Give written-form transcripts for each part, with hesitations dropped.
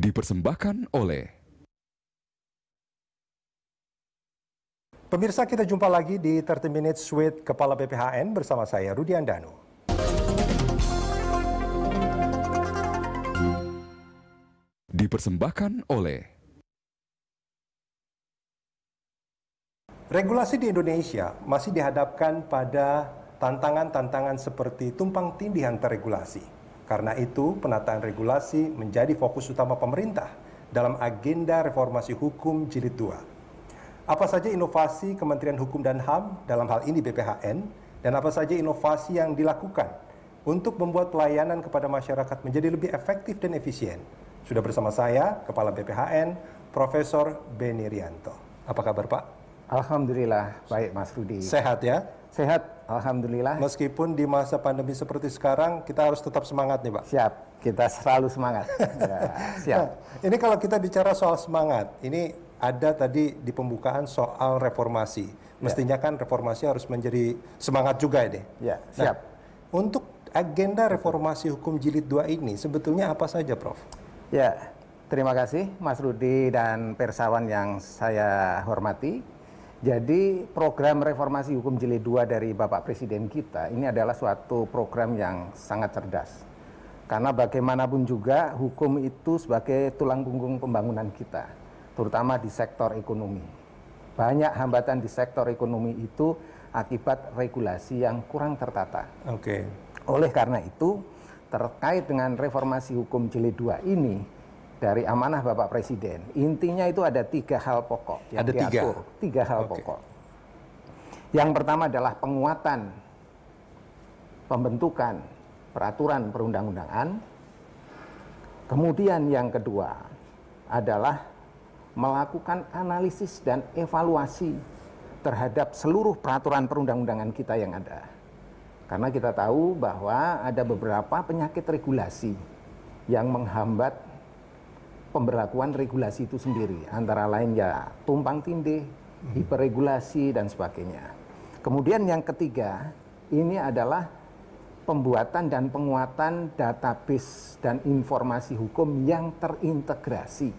Dipersembahkan oleh Pemirsa, kita jumpa lagi di 30 Minutes with Kepala BPHN bersama saya Rudi Andanu. Dipersembahkan oleh Regulasi di Indonesia masih dihadapkan pada tantangan-tantangan seperti tumpang tindih antar regulasi. Karena itu, penataan regulasi menjadi fokus utama pemerintah dalam agenda reformasi hukum jilid 2. Apa saja inovasi Kementerian Hukum dan HAM dalam hal ini BPHN, dan apa saja inovasi yang dilakukan untuk membuat pelayanan kepada masyarakat menjadi lebih efektif dan efisien? Sudah bersama saya, Kepala BPHN, Profesor Beni Rianto. Apa kabar, Pak? Alhamdulillah, baik Mas Rudi. Sehat ya? Sehat, Alhamdulillah. Meskipun di masa pandemi seperti sekarang, kita harus tetap semangat nih, Pak. Siap, kita selalu semangat. Ya, siap. Nah, ini kalau kita bicara soal semangat, ini ada tadi di pembukaan soal reformasi. Mestinya kan reformasi harus menjadi semangat juga ya deh. Ya, siap. Nah, untuk agenda reformasi hukum jilid 2 ini sebetulnya apa saja, Prof? Ya, terima kasih Mas Rudi dan persawan yang saya hormati. Jadi program reformasi hukum jilid 2 dari Bapak Presiden kita ini adalah suatu program yang sangat cerdas. Karena bagaimanapun juga hukum itu sebagai tulang punggung pembangunan kita, terutama di sektor ekonomi. Banyak hambatan di sektor ekonomi itu akibat regulasi yang kurang tertata. Oke. Oleh karena itu, terkait dengan reformasi hukum jilid 2 ini, dari amanah Bapak Presiden, intinya itu ada 3 hal pokok yang diatur. 3 hal pokok. Yang pertama adalah penguatan pembentukan peraturan perundang-undangan. Kemudian yang kedua adalah melakukan analisis dan evaluasi terhadap seluruh peraturan perundang-undangan kita yang ada. Karena kita tahu bahwa ada beberapa penyakit regulasi yang menghambat pemberlakuan regulasi itu sendiri, antara lain ya tumpang tindih, hiperregulasi dan sebagainya. Kemudian yang ketiga, ini adalah pembuatan dan penguatan database dan informasi hukum yang terintegrasi.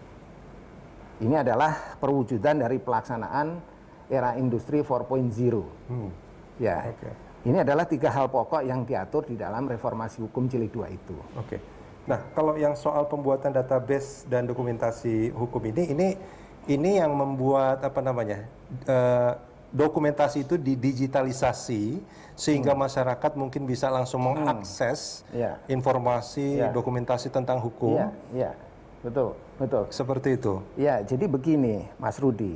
Ini adalah perwujudan dari pelaksanaan era industri 4.0. Ya, ini adalah 3 hal pokok yang diatur di dalam reformasi hukum jilid 2 itu. Oke. Nah, kalau yang soal pembuatan database dan dokumentasi hukum ini yang membuat apa namanya dokumentasi itu didigitalisasi sehingga masyarakat mungkin bisa langsung mengakses informasi dokumentasi tentang hukum. Iya, betul. Seperti itu. Ya, jadi begini, Mas Rudi.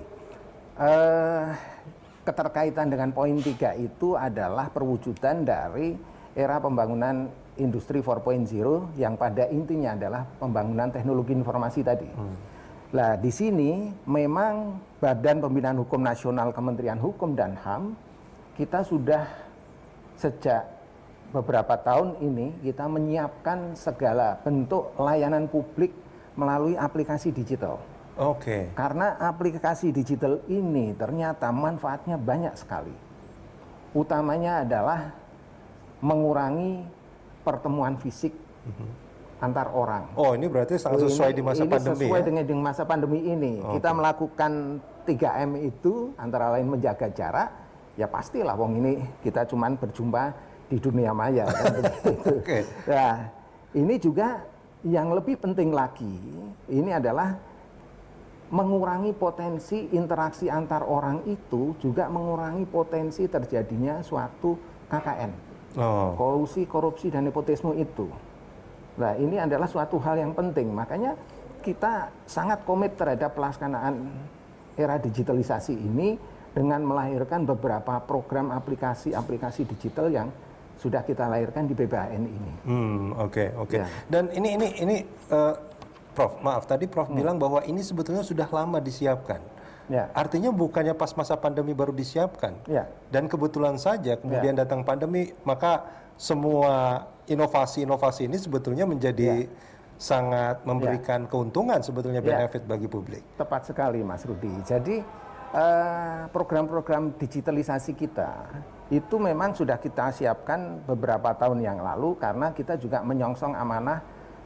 Keterkaitan dengan poin 3 itu adalah perwujudan dari era pembangunan industri 4.0 yang pada intinya adalah pembangunan teknologi informasi tadi. Nah, di sini memang Badan Pembinaan Hukum Nasional Kementerian Hukum dan HAM kita sudah sejak beberapa tahun ini kita menyiapkan segala bentuk layanan publik melalui aplikasi digital. Oke. Karena aplikasi digital ini ternyata manfaatnya banyak sekali. Utamanya adalah mengurangi pertemuan fisik antar orang. Oh, ini berarti sangat sesuai di masa pandemi. Ini sesuai dengan masa pandemi ini. Kita melakukan 3M itu antara lain menjaga jarak. Ya pastilah wong ini kita cuman berjumpa di dunia maya kan begitu. Nah, ini juga yang lebih penting lagi, ini adalah mengurangi potensi interaksi antar orang itu, juga mengurangi potensi terjadinya suatu KKN. Kolusi, korupsi, dan nepotisme itu. Nah, ini adalah suatu hal yang penting. Makanya kita sangat komit terhadap pelaksanaan era digitalisasi ini dengan melahirkan beberapa program aplikasi digital yang sudah kita lahirkan di BPHN ini. Oke. Ya. Dan ini Prof, maaf tadi Prof bilang bahwa ini sebetulnya sudah lama disiapkan. Ya. Artinya bukannya pas masa pandemi baru disiapkan. Ya. Dan kebetulan saja kemudian datang pandemi, maka semua inovasi-inovasi ini sebetulnya menjadi sangat memberikan keuntungan sebetulnya, benefit bagi publik. Tepat sekali Mas Rudi. Jadi program-program digitalisasi kita itu memang sudah kita siapkan beberapa tahun yang lalu karena kita juga menyongsong amanah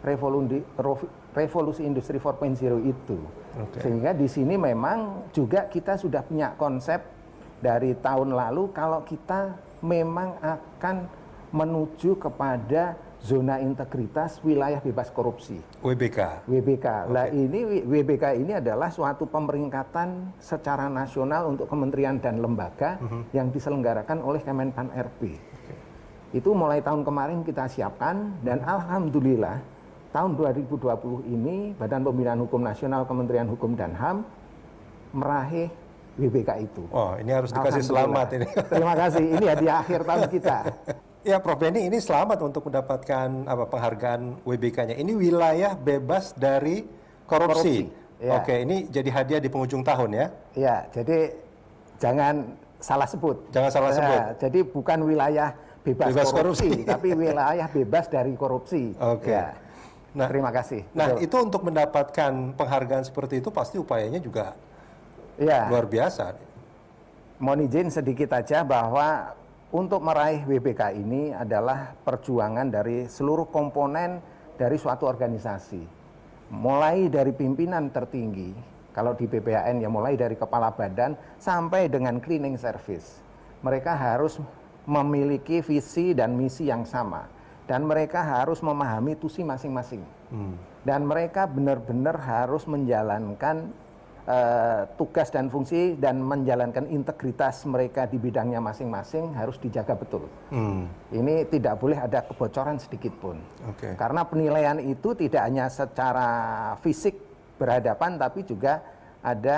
revolusi industri 4.0 itu. Sehingga di sini memang juga kita sudah punya konsep dari tahun lalu kalau kita memang akan menuju kepada zona integritas wilayah bebas korupsi. WBK. Lah ini WBK ini adalah suatu pemeringkatan secara nasional untuk kementerian dan lembaga yang diselenggarakan oleh Kemenpan RB. Itu mulai tahun kemarin kita siapkan dan alhamdulillah tahun 2020 ini Badan Pembinaan Hukum Nasional Kementerian Hukum dan HAM meraih WBK itu. Oh, ini harus dikasih selamat ini. Terima kasih. Ini hadiah akhir tahun kita. Ya, Prof Benny, ini selamat untuk mendapatkan penghargaan WBK-nya. Ini wilayah bebas dari korupsi. Ya. Oke, ini jadi hadiah di penghujung tahun ya? Iya, jadi jangan salah sebut. Jangan salah sebut. Jadi bukan wilayah bebas korupsi, tapi wilayah bebas dari korupsi. Oke. Ya. Nah, terima kasih. Nah, betul. Itu untuk mendapatkan penghargaan seperti itu pasti upayanya juga luar biasa. Mohon izin sedikit aja bahwa untuk meraih WBK ini adalah perjuangan dari seluruh komponen dari suatu organisasi. Mulai dari pimpinan tertinggi, kalau di BPHN ya mulai dari kepala badan sampai dengan cleaning service. Mereka harus memiliki visi dan misi yang sama. Dan mereka harus memahami tusi masing-masing. Dan mereka benar-benar harus menjalankan tugas dan fungsi dan menjalankan integritas mereka di bidangnya masing-masing harus dijaga betul. Ini tidak boleh ada kebocoran sedikit pun. Karena penilaian itu tidak hanya secara fisik berhadapan, tapi juga ada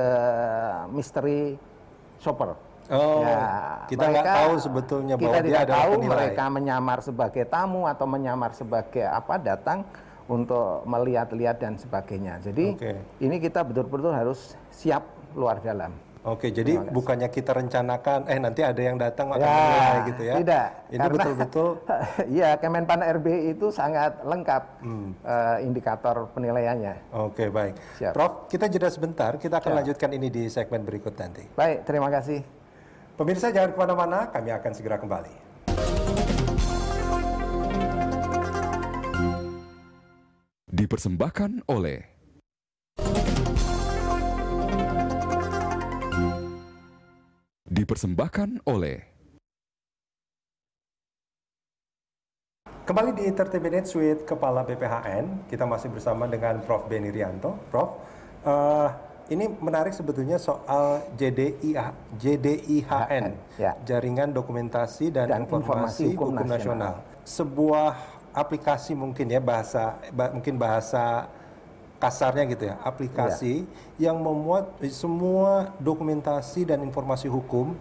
mystery shopper. Oh, ya, kita nggak tahu sebetulnya bahwa dia adalah penilai. Mereka menyamar sebagai tamu atau menyamar sebagai datang untuk melihat-lihat dan sebagainya. Jadi ini kita betul-betul harus siap luar dalam. Oke, jadi bukannya kita rencanakan, nanti ada yang datang akan menilai gitu ya? Tidak. Ini betul-betul. Iya, Kemenpan RB itu sangat lengkap indikator penilaiannya. Oke, baik. Siap. Prof, kita jeda sebentar, kita akan lanjutkan ini di segmen berikut nanti. Baik, terima kasih. Pemirsa jangan kemana-mana, kami akan segera kembali. Dipersembahkan oleh Kembali di 30 Minutes with Kepala BPHN, kita masih bersama dengan Prof Benny Rianto. Prof, ini menarik sebetulnya soal JDIHN, Jaringan Dokumentasi dan Informasi Hukum Nasional. Sebuah aplikasi mungkin ya, mungkin bahasa kasarnya gitu ya, aplikasi yang memuat semua dokumentasi dan informasi hukum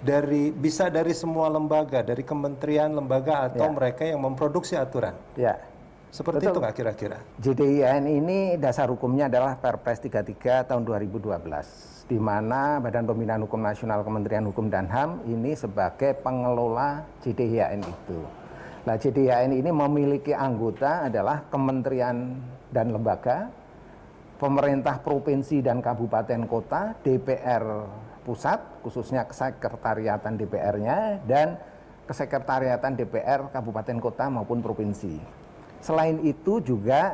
bisa dari semua lembaga, dari kementerian, lembaga atau mereka yang memproduksi aturan. Seperti itu nggak kira-kira? JDIHN ini dasar hukumnya adalah Perpres 33 tahun 2012, di mana Badan Pembinaan Hukum Nasional Kementerian Hukum dan HAM ini sebagai pengelola JDIHN itu. Nah, JDIHN ini memiliki anggota adalah kementerian dan lembaga, pemerintah provinsi dan kabupaten kota, DPR pusat, khususnya kesekretariatan DPR-nya, dan kesekretariatan DPR kabupaten kota maupun provinsi. Selain itu juga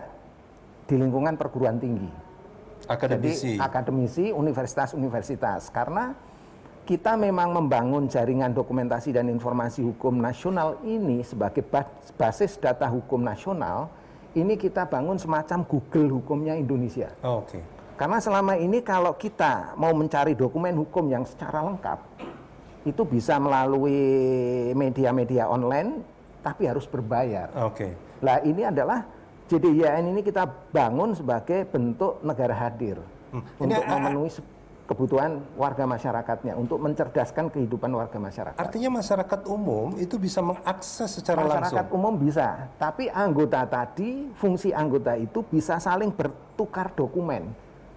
di lingkungan perguruan tinggi. Akademisi. Jadi akademisi, universitas-universitas. Karena kita memang membangun jaringan dokumentasi dan informasi hukum nasional ini sebagai basis data hukum nasional, ini kita bangun semacam Google hukumnya Indonesia. Karena selama ini kalau kita mau mencari dokumen hukum yang secara lengkap, itu bisa melalui media-media online, tapi harus berbayar. Nah, ini adalah JDIHN ini kita bangun sebagai bentuk negara hadir untuk memenuhi kebutuhan warga masyarakatnya, untuk mencerdaskan kehidupan warga masyarakat. Artinya masyarakat umum itu bisa mengakses secara langsung? Masyarakat umum bisa, tapi anggota tadi, fungsi anggota itu bisa saling bertukar dokumen.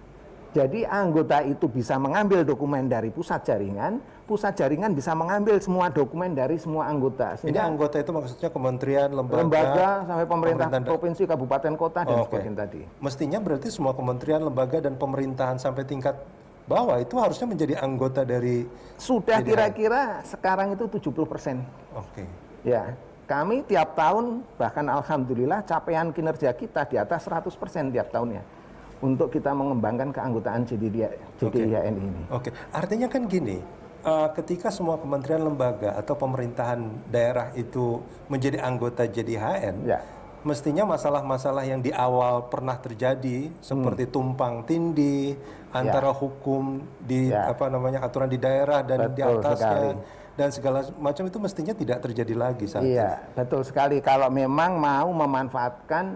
Jadi anggota itu bisa mengambil dokumen dari pusat jaringan bisa mengambil semua dokumen dari semua anggota. Ini anggota itu maksudnya kementerian, lembaga sampai pemerintah provinsi, kabupaten, kota, dan sebagainya tadi. Mestinya berarti semua kementerian, lembaga, dan pemerintahan sampai tingkat bawah itu harusnya menjadi anggota dari... Sudah kira-kira sekarang itu 70%. Oke. Ya, kami tiap tahun, bahkan alhamdulillah capaian kinerja kita di atas 100% tiap tahunnya untuk kita mengembangkan keanggotaan JDIHN ini. Oke, artinya kan gini, ketika semua kementerian lembaga atau pemerintahan daerah itu menjadi anggota JDIHN, ya, mestinya masalah-masalah yang di awal pernah terjadi seperti tumpang tindih antara hukum di aturan di daerah dan di atasnya dan segala macam itu mestinya tidak terjadi lagi saat ini. Iya, betul sekali. Kalau memang mau memanfaatkan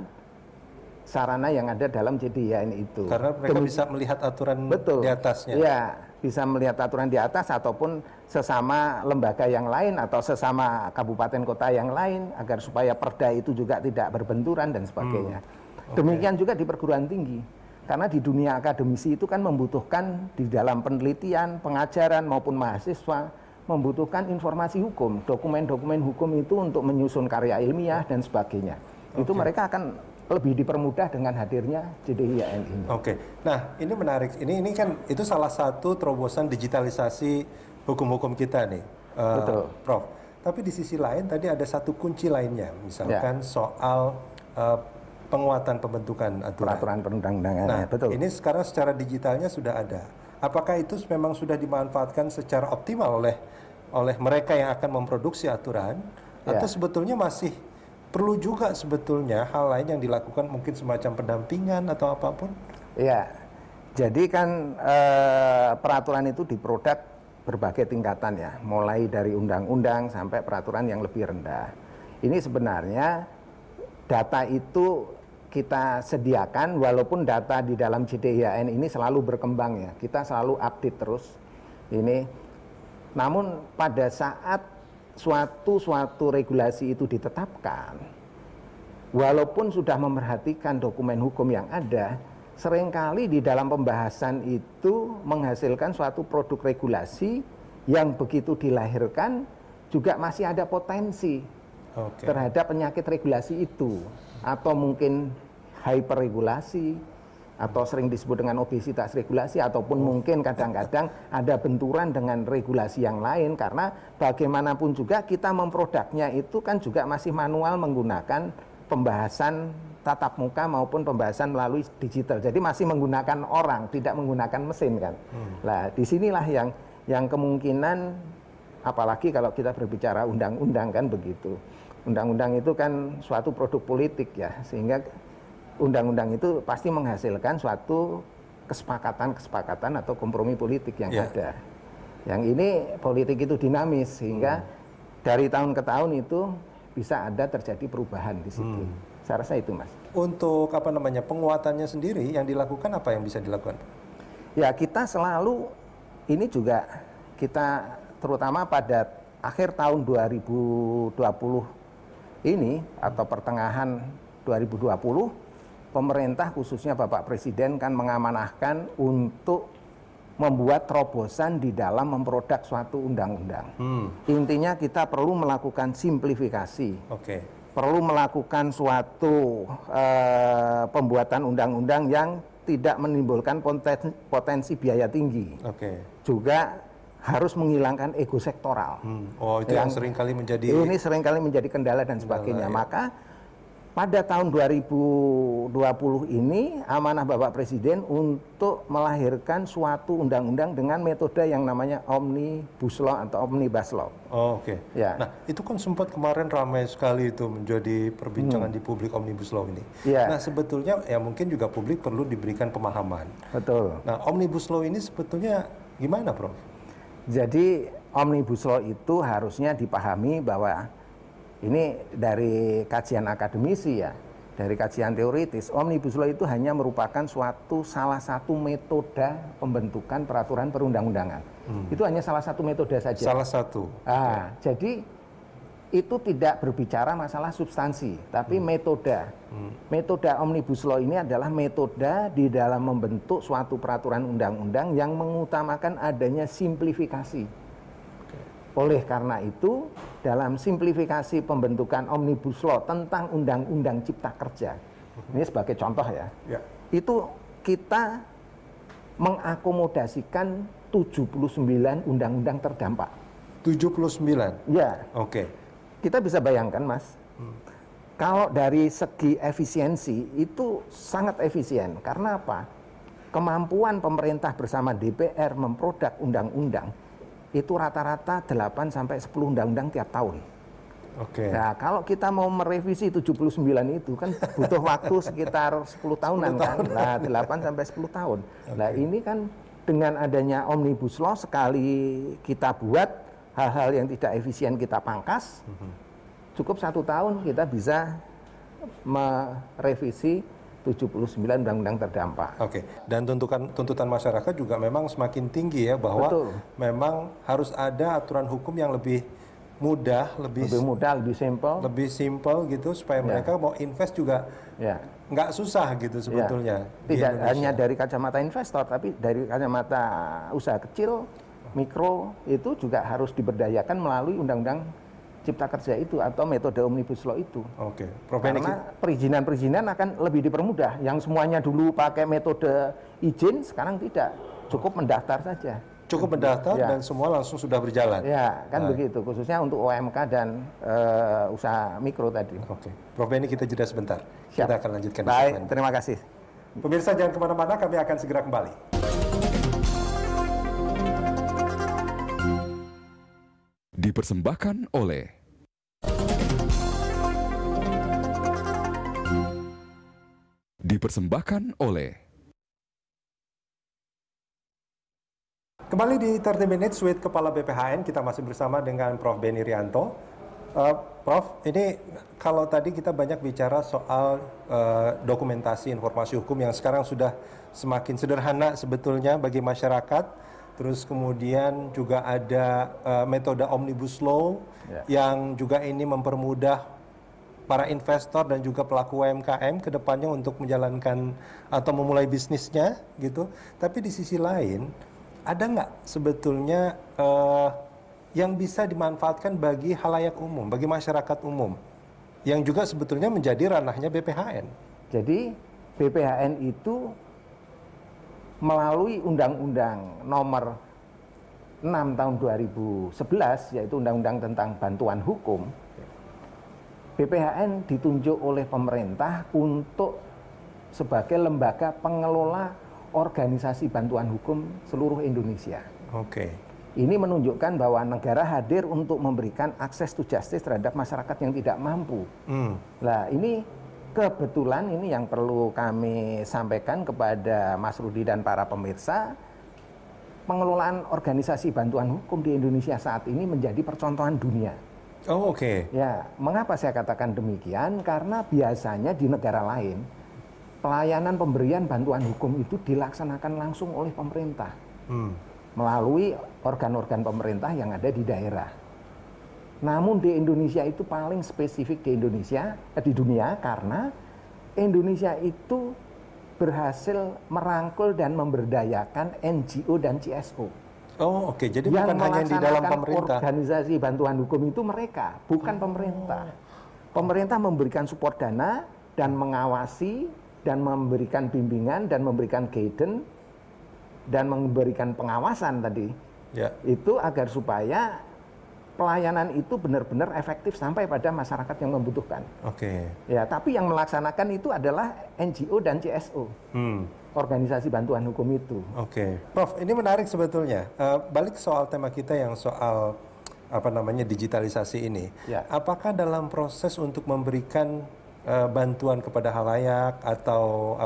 sarana yang ada dalam JDIHN itu. Karena mereka bisa melihat aturan di atasnya. Iya, bisa melihat aturan di atas ataupun sesama lembaga yang lain atau sesama kabupaten kota yang lain agar supaya perda itu juga tidak berbenturan dan sebagainya. Demikian juga di perguruan tinggi. Karena di dunia akademisi itu kan membutuhkan di dalam penelitian, pengajaran maupun mahasiswa membutuhkan informasi hukum, dokumen-dokumen hukum itu untuk menyusun karya ilmiah dan sebagainya. Itu mereka akan lebih dipermudah dengan hadirnya JDIHN ini. Nah ini menarik. Ini kan itu salah satu terobosan digitalisasi hukum-hukum kita nih, Betul. Prof. Tapi di sisi lain tadi ada satu kunci lainnya, misalkan soal penguatan pembentukan peraturan perundang-undangan. Nah, betul. Ini sekarang secara digitalnya sudah ada. Apakah itu memang sudah dimanfaatkan secara optimal oleh mereka yang akan memproduksi aturan, atau sebetulnya masih perlu juga sebetulnya hal lain yang dilakukan, mungkin semacam pendampingan atau apapun? Iya, jadi kan peraturan itu diproduk berbagai tingkatan ya, mulai dari undang-undang sampai peraturan yang lebih rendah. Ini sebenarnya data itu kita sediakan, walaupun data di dalam JDIHN ini selalu berkembang ya, kita selalu update terus ini. Namun pada saat suatu regulasi itu ditetapkan, walaupun sudah memerhatikan dokumen hukum yang ada, seringkali di dalam pembahasan itu menghasilkan suatu produk regulasi yang begitu dilahirkan juga masih ada potensi terhadap penyakit regulasi itu, atau mungkin hyperregulasi, atau sering disebut dengan obesitas regulasi, ataupun mungkin kadang-kadang ada benturan dengan regulasi yang lain, karena bagaimanapun juga kita memproduknya itu kan juga masih manual menggunakan pembahasan tatap muka maupun pembahasan melalui digital. Jadi masih menggunakan orang, tidak menggunakan mesin kan. Nah, disinilah yang kemungkinan, apalagi kalau kita berbicara undang-undang kan begitu. Undang-undang itu kan suatu produk politik ya, sehingga undang-undang itu pasti menghasilkan suatu kesepakatan atau kompromi politik yang ada. Yang ini politik itu dinamis, sehingga dari tahun ke tahun itu bisa ada terjadi perubahan di situ. Saya rasa itu, Mas. Untuk penguatannya sendiri yang dilakukan, apa yang bisa dilakukan? Ya, kita selalu ini juga kita terutama pada akhir tahun 2020 ini atau pertengahan 2020, pemerintah khususnya Bapak Presiden kan mengamanahkan untuk membuat terobosan di dalam memproduk suatu undang-undang. Intinya kita perlu melakukan simplifikasi. Perlu melakukan suatu pembuatan undang-undang yang tidak menimbulkan potensi biaya tinggi. Juga harus menghilangkan ego sektoral. Itu yang seringkali menjadi... Ini seringkali menjadi kendala dan sebagainya. Maka pada tahun 2020 ini amanah Bapak Presiden untuk melahirkan suatu undang-undang dengan metode yang namanya Omnibus Law atau Omnibus Law. Ya. Nah, itu kan sempat kemarin ramai sekali itu menjadi perbincangan di publik Omnibus Law ini. Nah, sebetulnya ya mungkin juga publik perlu diberikan pemahaman. Betul. Nah, Omnibus Law ini sebetulnya gimana, Prof? Jadi Omnibus Law itu harusnya dipahami bahwa ini dari kajian akademisi ya, dari kajian teoritis, Omnibus Law itu hanya merupakan salah satu metode pembentukan peraturan perundang-undangan. Itu hanya salah satu metode saja. Salah satu. Jadi itu tidak berbicara masalah substansi, tapi metode. Metode Omnibus Law ini adalah metode di dalam membentuk suatu peraturan undang-undang yang mengutamakan adanya simplifikasi. Oleh karena itu, dalam simplifikasi pembentukan Omnibus Law tentang Undang-Undang Cipta Kerja, ini sebagai contoh ya, itu kita mengakomodasikan 79 undang-undang terdampak. 79? Ya. kita bisa bayangkan, Mas, kalau dari segi efisiensi itu sangat efisien. Karena apa? Kemampuan pemerintah bersama DPR memproduk undang-undang itu rata-rata 8 sampai 10 undang-undang tiap tahun. Oke. Nah, kalau kita mau merevisi 79 itu kan butuh waktu sekitar 10 tahunan kan. Nah, 8 sampai 10 tahun. Nah, ini kan dengan adanya Omnibus Law sekali kita buat hal-hal yang tidak efisien kita pangkas, cukup 1 tahun kita bisa merevisi 79 undang-undang terdampak. Oke. Dan tuntutan masyarakat juga memang semakin tinggi ya, bahwa Betul. memang harus ada aturan hukum yang lebih mudah, lebih simple gitu, supaya mereka mau invest juga nggak susah gitu sebetulnya. Tidak hanya dari kacamata investor, tapi dari kacamata usaha kecil, mikro, itu juga harus diberdayakan melalui undang-undang Cipta Kerja itu atau metode Omnibus Law itu. Oke. Karena perizinan-perizinan akan lebih dipermudah. Yang semuanya dulu pakai metode izin, sekarang tidak. Cukup mendaftar saja. Cukup mendaftar dan semua langsung sudah berjalan. Ya, kan begitu. Khususnya untuk OMK dan usaha mikro tadi. Oke. Prof Benny, kita jeda sebentar. Siap. Kita akan lanjutkan. Baik, terima kasih. Pemirsa jangan kemana-mana, kami akan segera kembali. Dipersembahkan oleh Kembali di 30 Minutes with Kepala BPHN, kita masih bersama dengan Prof Benny Rianto. Prof, ini kalau tadi kita banyak bicara soal dokumentasi informasi hukum yang sekarang sudah semakin sederhana sebetulnya bagi masyarakat. Terus kemudian juga ada metode Omnibus Law yang juga ini mempermudah para investor dan juga pelaku UMKM ke depannya untuk menjalankan atau memulai bisnisnya gitu. Tapi di sisi lain, ada nggak sebetulnya yang bisa dimanfaatkan bagi halayak umum, bagi masyarakat umum, yang juga sebetulnya menjadi ranahnya BPHN? Jadi BPHN itu melalui Undang-Undang Nomor 6 Tahun 2011, yaitu Undang-Undang tentang Bantuan Hukum, BPHN ditunjuk oleh pemerintah untuk sebagai lembaga pengelola organisasi bantuan hukum seluruh Indonesia. Oke. Ini menunjukkan bahwa negara hadir untuk memberikan akses to justice terhadap masyarakat yang tidak mampu. Nah, ini kebetulan ini yang perlu kami sampaikan kepada Mas Rudi dan para pemirsa, pengelolaan organisasi bantuan hukum di Indonesia saat ini menjadi percontohan dunia. Oh, oke. Ya, mengapa saya katakan demikian? Karena biasanya di negara lain pelayanan pemberian bantuan hukum itu dilaksanakan langsung oleh pemerintah melalui organ-organ pemerintah yang ada di daerah. Namun di Indonesia itu paling spesifik di dunia karena Indonesia itu berhasil merangkul dan memberdayakan NGO dan CSO. Oh, oke. Jadi bukan hanya di dalam pemerintah. Organisasi bantuan hukum itu mereka, bukan pemerintah. Pemerintah memberikan support dana dan mengawasi dan memberikan bimbingan dan memberikan guidance dan memberikan pengawasan tadi. Itu agar supaya pelayanan itu benar-benar efektif sampai pada masyarakat yang membutuhkan. Oke. Ya, tapi yang melaksanakan itu adalah NGO dan CSO. Organisasi bantuan hukum itu. Oke. Prof, ini menarik sebetulnya. Balik soal tema kita yang soal digitalisasi ini. Apakah dalam proses untuk memberikan bantuan kepada halayak atau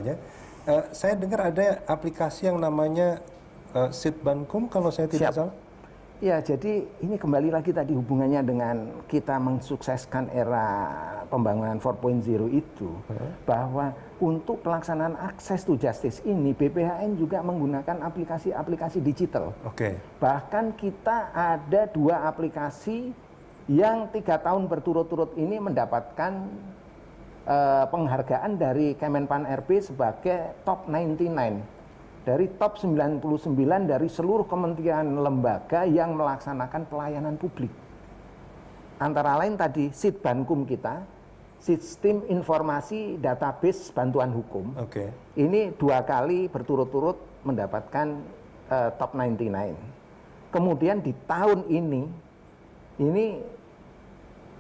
saya dengar ada aplikasi yang namanya Sitbankum kalau saya tidak salah. Ya, jadi ini kembali lagi tadi hubungannya dengan kita mensukseskan era pembangunan 4.0 itu, bahwa untuk pelaksanaan akses to justice ini BPHN juga menggunakan aplikasi-aplikasi digital. Bahkan kita ada 2 aplikasi yang 3 tahun berturut-turut ini mendapatkan penghargaan dari Kemenpan RB sebagai top 99. Dari top 99 dari seluruh kementerian lembaga yang melaksanakan pelayanan publik. Antara lain tadi Sitbankum kita, Sistem Informasi Database Bantuan Hukum. Ini 2 kali berturut-turut mendapatkan top 99. Kemudian di tahun ini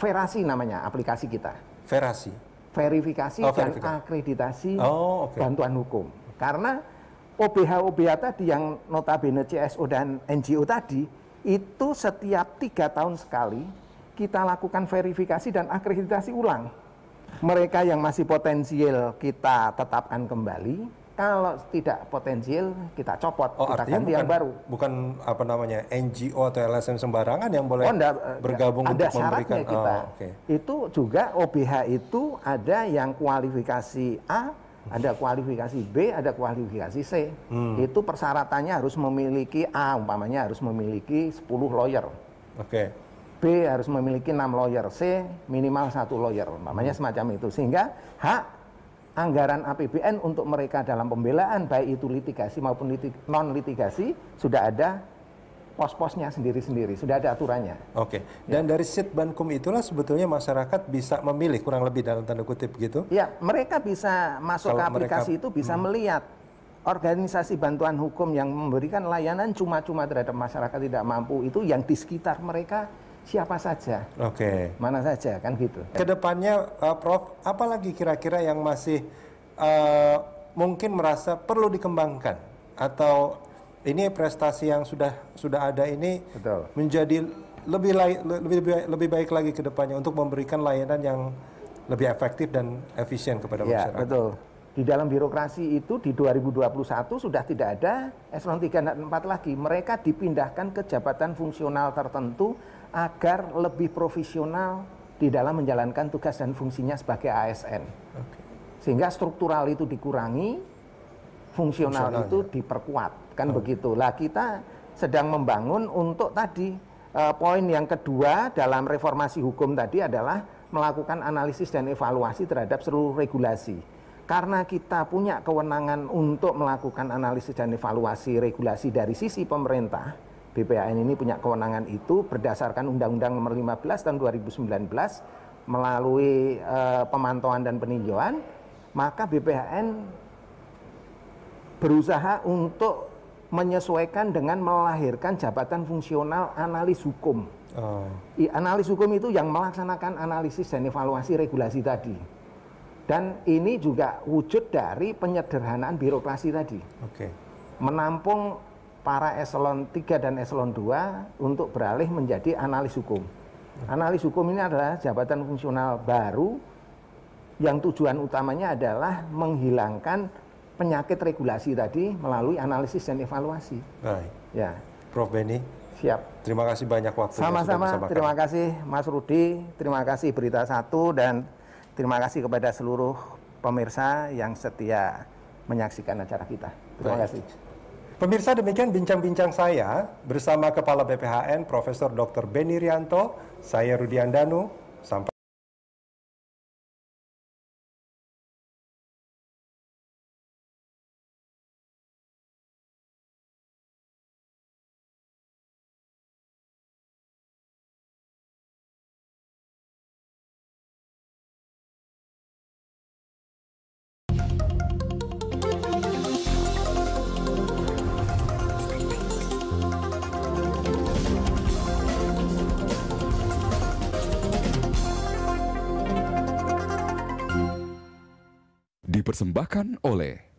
Verasi namanya aplikasi kita. Verasi. Verifikasi dan akreditasi bantuan hukum. Karena OBH-OBH tadi yang notabene CSO dan NGO tadi, itu setiap 3 tahun sekali kita lakukan verifikasi dan akreditasi ulang. Mereka yang masih potensial kita tetapkan kembali, kalau tidak potensial kita copot, kita ganti yang baru. Bukan apa namanya NGO atau LSM sembarangan yang boleh bergabung untuk memberikan. Kita. Itu juga OBH itu ada yang kualifikasi A, ada kualifikasi B, ada kualifikasi C. Itu persyaratannya harus memiliki A, umpamanya harus memiliki 10 lawyer. B harus memiliki 6 lawyer, C minimal 1 lawyer, umpamanya semacam itu. Sehingga hak anggaran APBN untuk mereka dalam pembelaan, baik itu litigasi maupun non litigasi, sudah ada pos-posnya sendiri-sendiri, sudah ada aturannya. Dan dari Sitbankum itulah sebetulnya masyarakat bisa memilih, kurang lebih dalam tanda kutip gitu? Ya, mereka bisa masuk ke aplikasi itu, bisa melihat organisasi bantuan hukum yang memberikan layanan cuma-cuma terhadap masyarakat tidak mampu itu yang di sekitar mereka siapa saja, mana saja, kan gitu. Kedepannya, Prof, apa lagi kira-kira yang masih mungkin merasa perlu dikembangkan, atau ini prestasi yang sudah ada ini menjadi lebih baik lagi ke depannya untuk memberikan layanan yang lebih efektif dan efisien kepada masyarakat? Betul. Di dalam birokrasi itu di 2021 sudah tidak ada eselon 3 dan 4 lagi. Mereka dipindahkan ke jabatan fungsional tertentu agar lebih profesional di dalam menjalankan tugas dan fungsinya sebagai ASN. Sehingga struktural itu dikurangi, fungsional itu diperkuat, kan begitu. Lah kita sedang membangun untuk tadi poin yang kedua dalam reformasi hukum tadi adalah melakukan analisis dan evaluasi terhadap seluruh regulasi. Karena kita punya kewenangan untuk melakukan analisis dan evaluasi regulasi dari sisi pemerintah, BPHN ini punya kewenangan itu berdasarkan Undang-Undang Nomor 15 tahun 2019 melalui pemantauan dan peninjauan, maka BPHN berusaha untuk menyesuaikan dengan melahirkan jabatan fungsional analis hukum. Analis hukum itu yang melaksanakan analisis dan evaluasi regulasi tadi. Dan ini juga wujud dari penyederhanaan birokrasi tadi. Menampung para eselon 3 dan eselon 2 untuk beralih menjadi analis hukum. Analis hukum ini adalah jabatan fungsional baru yang tujuan utamanya adalah menghilangkan penyakit regulasi tadi melalui analisis dan evaluasi. Ya, Prof. Beni. Siap. Terima kasih banyak waktunya. Sama-sama. Terima kasih Mas Rudi, terima kasih Berita Satu, dan terima kasih kepada seluruh pemirsa yang setia menyaksikan acara kita. Terima kasih. Pemirsa, demikian bincang-bincang saya bersama Kepala BPHN Profesor Dr. Beni Rianto. Saya Rudi Andanu. Sampai dipersembahkan oleh